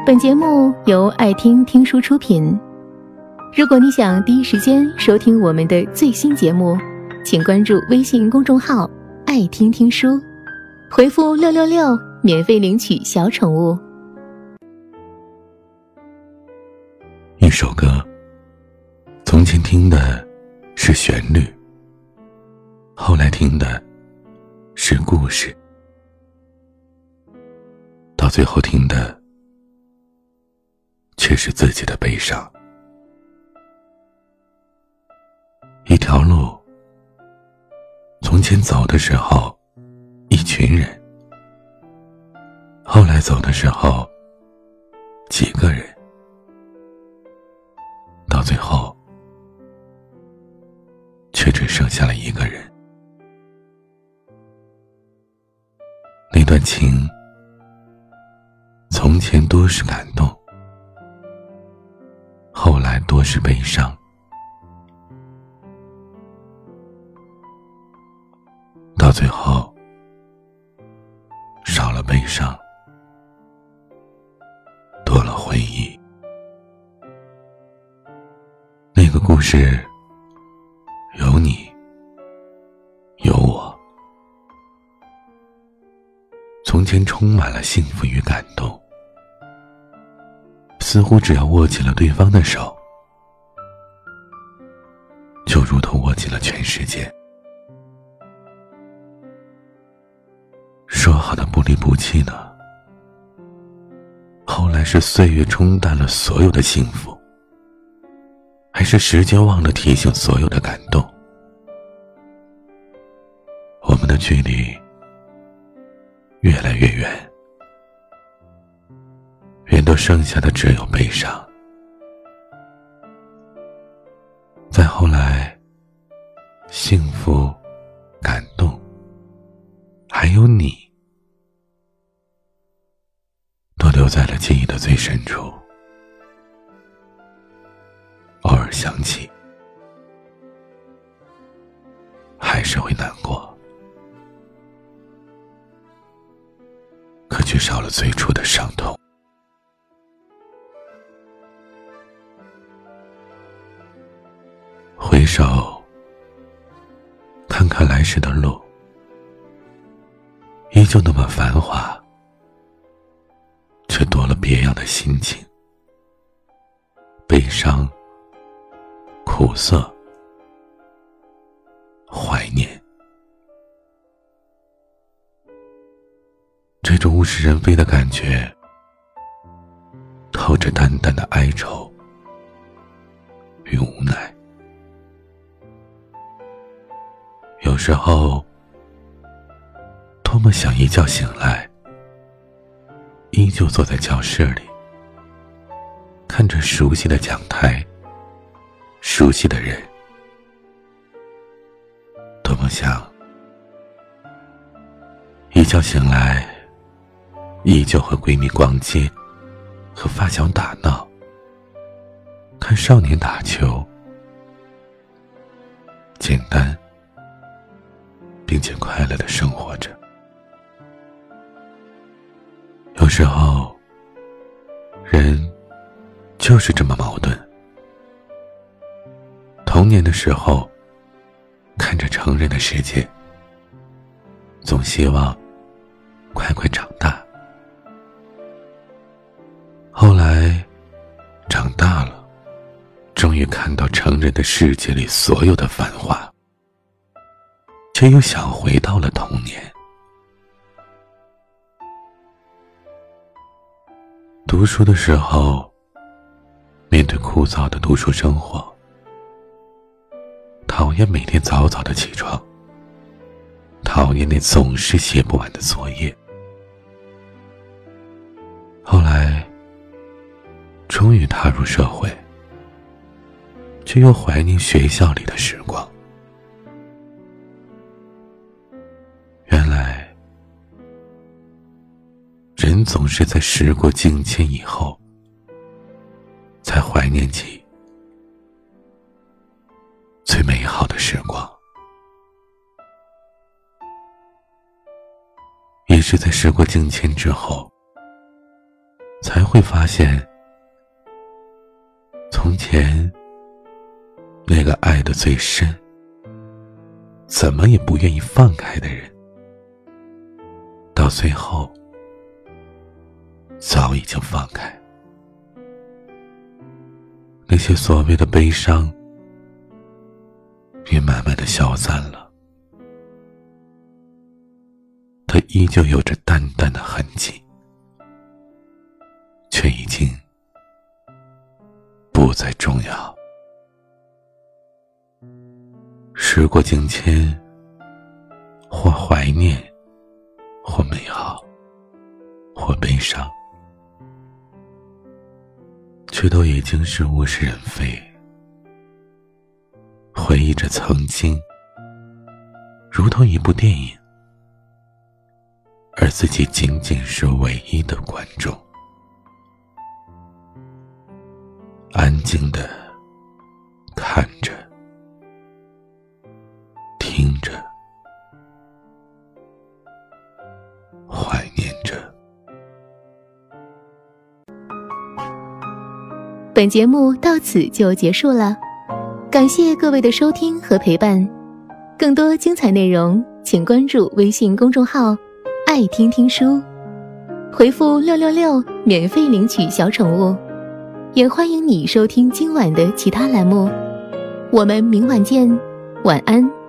本节目由爱听听书出品。如果你想第一时间收听我们的最新节目，请关注微信公众号爱听听书，回复666免费领取小宠物。 一首歌，从前听的是旋律，后来听的是故事，到最后听的却是自己的悲伤。一条路，从前走的时候一群人，后来走的时候几个人，到最后却只剩下了一个人。那段情，从前多是感动，后来多是悲伤。到最后，少了悲伤，多了回忆。那个故事，有你，有我。从前充满了幸福与感动，似乎只要握紧了对方的手，就如同握紧了全世界。说好的不离不弃呢？后来是岁月冲淡了所有的幸福，还是时间忘了提醒所有的感动？我们的距离越来越远，远到剩下的只有悲伤。再后来，幸福、感动，还有你，都留在了记忆的最深处。偶尔想起，还是会难过，可却少了最初的伤痛。回首看看来时的路，依旧那么繁华，却多了别样的心情。悲伤、苦涩、怀念，这种物是人非的感觉，透着淡淡的哀愁与无奈。有时候，多么想一觉醒来，依旧坐在教室里，看着熟悉的讲台，熟悉的人。多么想一觉醒来，依旧和闺蜜逛街，和发小打闹，看少年打球，简单并且快乐地生活着。有时候，人就是这么矛盾。童年的时候，看着成人的世界，总希望快快长大。后来长大了，终于看到成人的世界里所有的繁华，却又想回到了童年。读书的时候，面对枯燥的读书生活，讨厌每天早早的起床，讨厌那总是写不完的作业。后来终于踏入社会，却又怀念学校里的时光。原来人总是在时过境迁以后，才怀念起最美好的时光。也是在时过境迁之后， 才会发现，从前那个爱得最深，怎么也不愿意放开的人，到最后早已经放开。那些所谓的悲伤也慢慢的消散了，它依旧有着淡淡的痕迹，却已经不再重要。时过境迁，或怀念，或美好，或悲伤，却都已经是物是人非。回忆着曾经，如同一部电影，而自己仅仅是唯一的观众，安静地看着，听着，怀念着。 本节目到此就结束了，感谢各位的收听和陪伴。更多精彩内容请关注微信公众号爱听听书，回复666免费领取小宠物。也欢迎你收听今晚的其他栏目，我们明晚见，晚安。